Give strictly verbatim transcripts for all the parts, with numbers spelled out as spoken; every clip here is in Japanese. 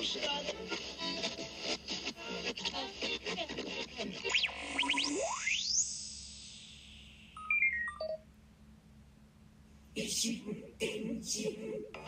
一心伝心。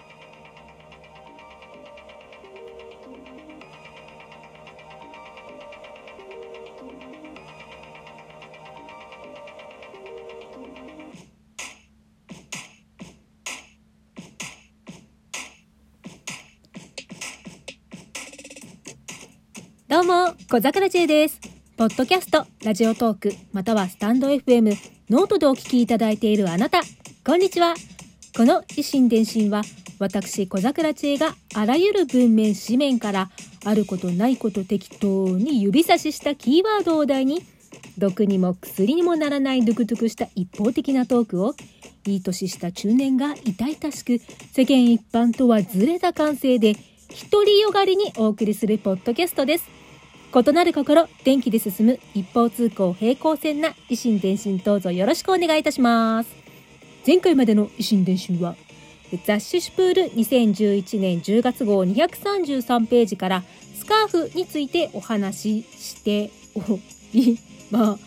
どうも、小桜知恵です。ポッドキャスト、ラジオトーク、またはスタンド エフエム、ノートでお聞きいただいているあなた、こんにちは。この一心伝心は、私小桜知恵があらゆる文面紙面からあることないこと適当に指差ししたキーワードを題に、毒にも薬にもならないドゥクドゥクした一方的なトークを、いい年した中年が痛々しく世間一般とはずれた感性で独りよがりにお送りするポッドキャストです。異なる心、電気で進む一方通行平行線な一心伝心、どうぞよろしくお願いいたします。前回までの一心伝心は雑誌シュプールにせんじゅういちねんじゅうがつ号にひゃくさんじゅうさんページからスカーフについてお話ししております。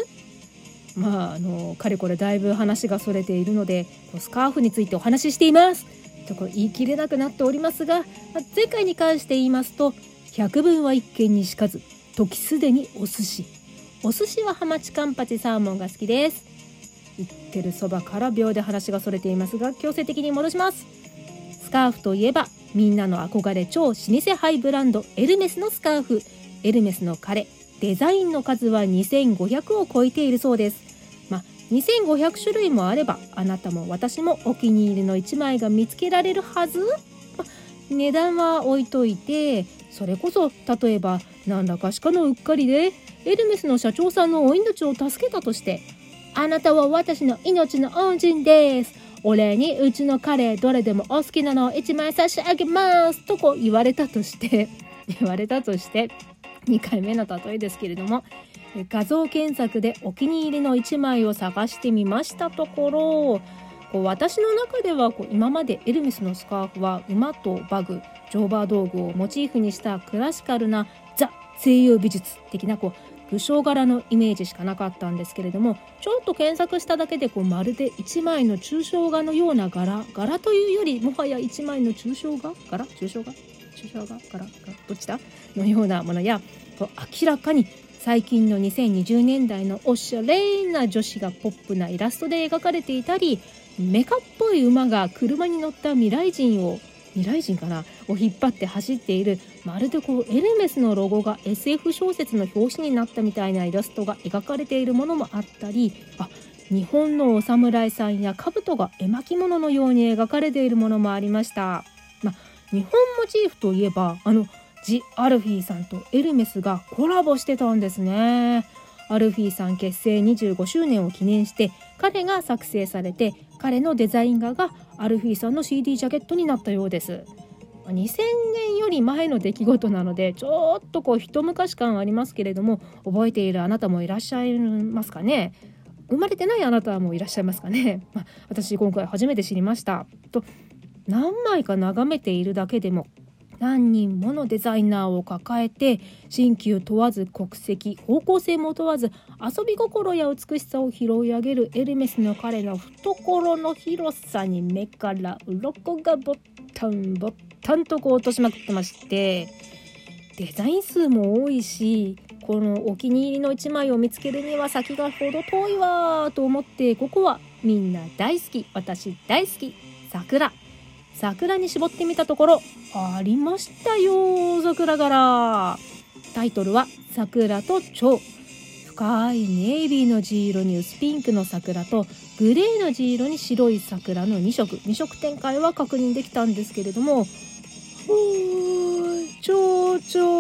まああのかれこれだいぶ話がそれているのでスカーフについてお話ししていますとこ言い切れなくなっておりますが、前回に関して言いますと、百聞は一見にしかず、時すでにお寿司。お寿司はハマチカンパチサーモンが好きです。言ってるそばから秒で話がそれていますが、強制的に戻します。スカーフといえばみんなの憧れ超老舗ハイブランドエルメスのスカーフ。エルメスの彼、デザインの数はにせんごひゃくを超えているそうです。まあ、にせんごひゃく種類もあれば、あなたも私もお気に入りのいちまいが見つけられるはず。まあ、値段は置いといて、それこそ例えばなんだかしかのうっかりでエルメスの社長さんのお命を助けたとして、あなたは私の命の恩人です、お礼にうちのカレーどれでもお好きなのをいちまい差し上げますとこう言われたとして言われたとしてにかいめの例えですけれども、画像検索でお気に入りのいちまいを探してみましたところ、こう私の中ではこう今までエルメスのスカーフは馬とバグ、乗馬道具をモチーフにしたクラシカルなザ西洋美術的なこう武将柄のイメージしかなかったんですけれども、ちょっと検索しただけでこうまるでいちまいの抽象画のような柄柄というよりもはやいちまいの抽象画柄抽象画抽象画柄どっちだのようなものや、こう明らかに最近のにせんにじゅうねんだいのおしゃれな女子がポップなイラストで描かれていたり、メカっぽい馬が車に乗った未来人を未来人かなを引っ張って走っている、まるでこうエルメスのロゴが エスエフ 小説の表紙になったみたいなイラストが描かれているものもあったり、あ、日本のお侍さんや兜が絵巻物のように描かれているものもありました。まあ、日本モチーフといえばあのジ・アルフィーさんとエルメスがコラボしてたんですね。アルフィーさん結成にじゅうごしゅうねんを記念して彼が作成されて、彼のデザイン画がアルフィーさんの シーディー ジャケットになったようです。にせんねんより前の出来事なのでちょっとこう一昔感はありますけれども、覚えているあなたもいらっしゃいますかね。生まれてないあなたもいらっしゃいますかね。まあ、私今回初めて知りましたと。何枚か眺めているだけでも何人ものデザイナーを抱えて、新旧問わず国籍方向性も問わず遊び心や美しさを拾い上げるエルメスの彼の懐の広さに目から鱗がボッタンボッタンとこう落としまくってまして、デザイン数も多いし、このお気に入りのいちまいを見つけるには先がほど遠いわと思って、ここはみんな大好き、私大好き桜桜に絞ってみたところ、ありましたよ、桜柄。タイトルは桜と蝶。深いネイビーの地色に薄ピンクの桜とグレーの地色に白い桜のにしょく、にしょく展開は確認できたんですけれども、ほー蝶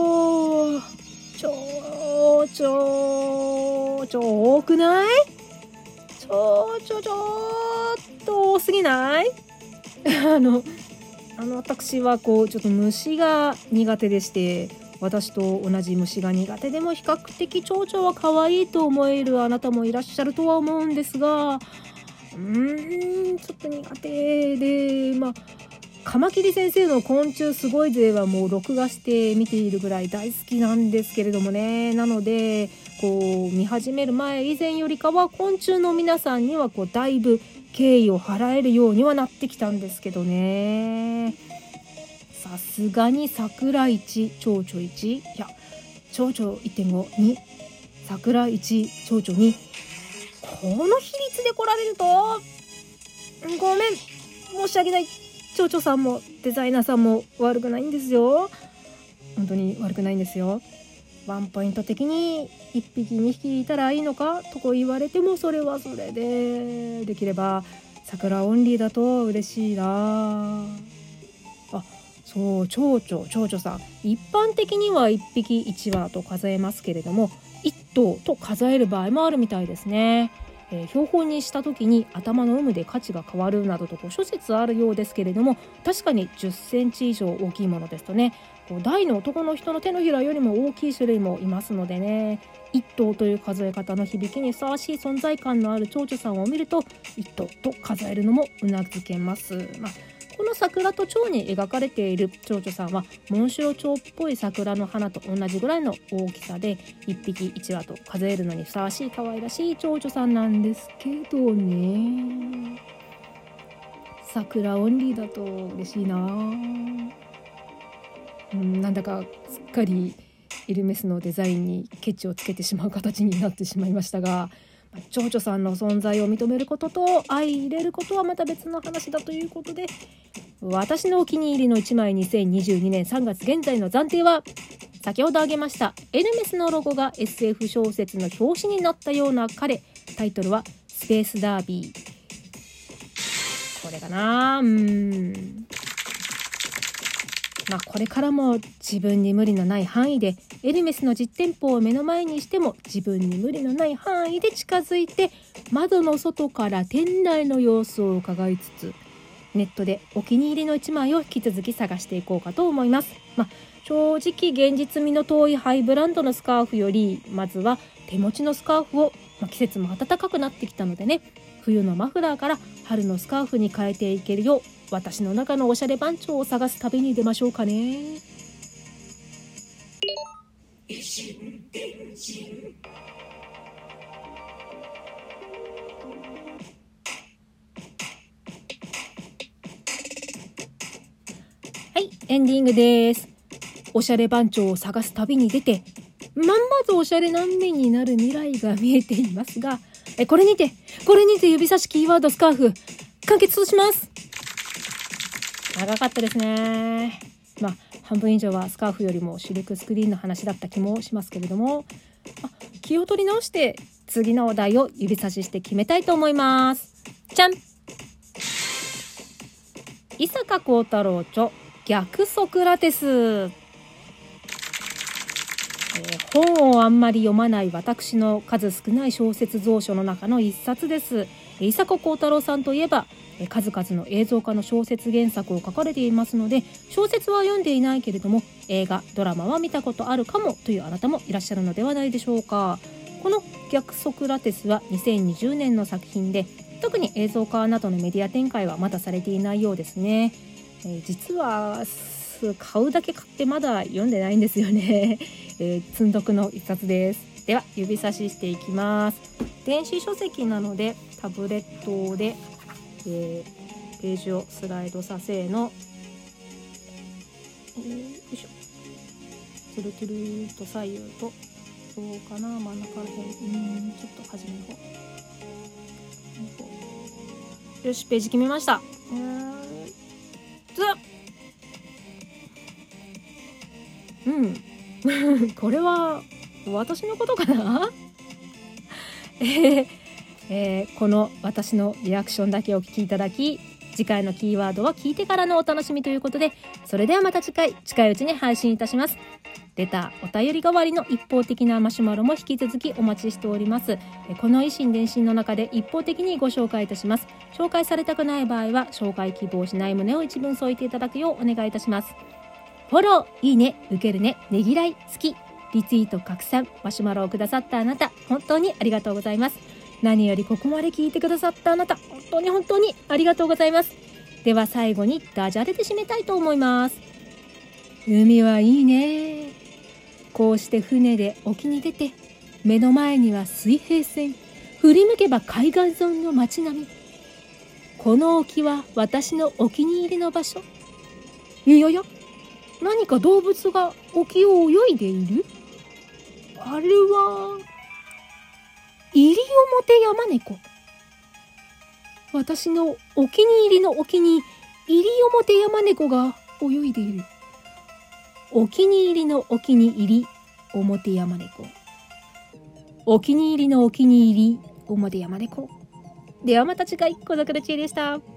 々蝶々蝶多くない？蝶々ちょっと多すぎない？あのあの私はこうちょっと虫が苦手でして、私と同じ虫が苦手でも比較的蝶々は可愛いと思えるあなたもいらっしゃるとは思うんですが、うーんちょっと苦手で、まあカマキリ先生の昆虫すごいぜはもう録画して見ているぐらい大好きなんですけれどもね。なのでこう見始める前以前よりかは昆虫の皆さんにはこうだいぶ敬意を払えるようにはなってきたんですけどね。さすがに桜いち蝶々いち、いや蝶々 いってんご に桜いち蝶々に、この比率で来られるとごめん申し訳ない。蝶々さんもデザイナーさんも悪くないんですよ。本当に悪くないんですよ。ワンポイント的にいっぴきにひきいたらいいのかとこ言われても、それはそれでできれば桜オンリーだと嬉しいなあ。そう蝶々蝶々さん、一般的にはいっぴきいちわと数えますけれども、いっ頭と数える場合もあるみたいですね。えー、標本にした時に頭の有無で価値が変わるなどとこう諸説あるようですけれども、確かにじゅっセンチ以上大きいものですとね、こう大の男の人の手のひらよりも大きい種類もいますのでね、いっ頭という数え方の響きにふさわしい存在感のある蝶々さんを見るといっ頭と数えるのもうなずけます。まあこの桜と蝶に描かれている蝶々さんはモンシロチョウっぽい桜の花と同じぐらいの大きさで、いっぴきいちわと数えるのにふさわしい可愛らしい蝶々さんなんですけどね。桜オンリーだと嬉しいな。うん、なんだかすっかりエルメスのデザインにケチをつけてしまう形になってしまいましたが、蝶々さんの存在を認めることと相入れることはまた別の話だということで、私のお気に入りのいちまいにせんにじゅうにねんさんがつ現在の暫定は先ほど挙げましたエルメスのロゴが エスエフ 小説の表紙になったような彼、タイトルはスペースダービー。これかな。うーんまあ、これからも自分に無理のない範囲でエルメスの実店舗を目の前にしても自分に無理のない範囲で近づいて、窓の外から店内の様子を伺いつつネットでお気に入りのいちまいを引き続き探していこうかと思います。まあ、正直現実味の遠いハイブランドのスカーフよりまずは手持ちのスカーフを、まあ、季節も暖かくなってきたのでね、冬のマフラーから春のスカーフに変えていけるよう私の中のおしゃれ番長を探す旅に出ましょうかね。 一心伝心。 はい、エンディングです。おしゃれ番長を探す旅に出て、まんまずおしゃれ難民になる未来が見えていますが、えこれにてこれにて指差しキーワードスカーフ完結します。長かったですね。まあ半分以上はスカーフよりもシルクスクリーンの話だった気もしますけれども、あ気を取り直して次のお題を指差しして決めたいと思います。じゃん。伊坂幸太郎著逆ソクラテス、えー、本をあんまり読まない私の数少ない小説蔵書の中の一冊です。伊坂幸太郎さんといえば数々の映像化の小説原作を書かれていますので、小説は読んでいないけれども映画ドラマは見たことあるかもというあなたもいらっしゃるのではないでしょうか。この逆ソクラテスはにせんにじゅうねんの作品で、特に映像化などのメディア展開はまだされていないようですね。えー、実は買うだけ買ってまだ読んでないんですよね、えー、積んどくの一冊です。では指差ししていきます。電子書籍なのでタブレットで、えー、ページをスライドさせの、えー、よいしょ、トゥルトゥルと左右とどうかな、真ん中らへん、うんちょっと端の方、よしページ決めました。うーんうんこれは私のことかなえーえー、この私のリアクションだけお聞きいただき、次回のキーワードは聞いてからのお楽しみということで、それではまた次回近いうちに配信いたします。レター、お便り代わりの一方的なマシュマロも引き続きお待ちしております。この以心伝心の中で一方的にご紹介いたします。紹介されたくない場合は紹介希望しない旨を一文添えていただくようお願いいたします。フォロー、いいね、受けるね、ねぎらい、好き、リツイート、拡散、マシュマロをくださったあなた、本当にありがとうございます。何よりここまで聞いてくださったあなた、本当に本当にありがとうございます。 では最後にダジャレで締めたいと思います。海はいいね。こうして船で沖に出て、目の前には水平線、振り向けば海岸沿いの街並み。この沖は私のお気に入りの場所。いやいや、何か動物が沖を泳いでいる？あれはイリオモテヤマネコ。私のお気に入りの沖にイリオモテヤマネコが泳いでいる。お気に入りのお気に入り表山猫。お気に入りのお気に入り表山猫。ではまた次回、小桜知恵でした。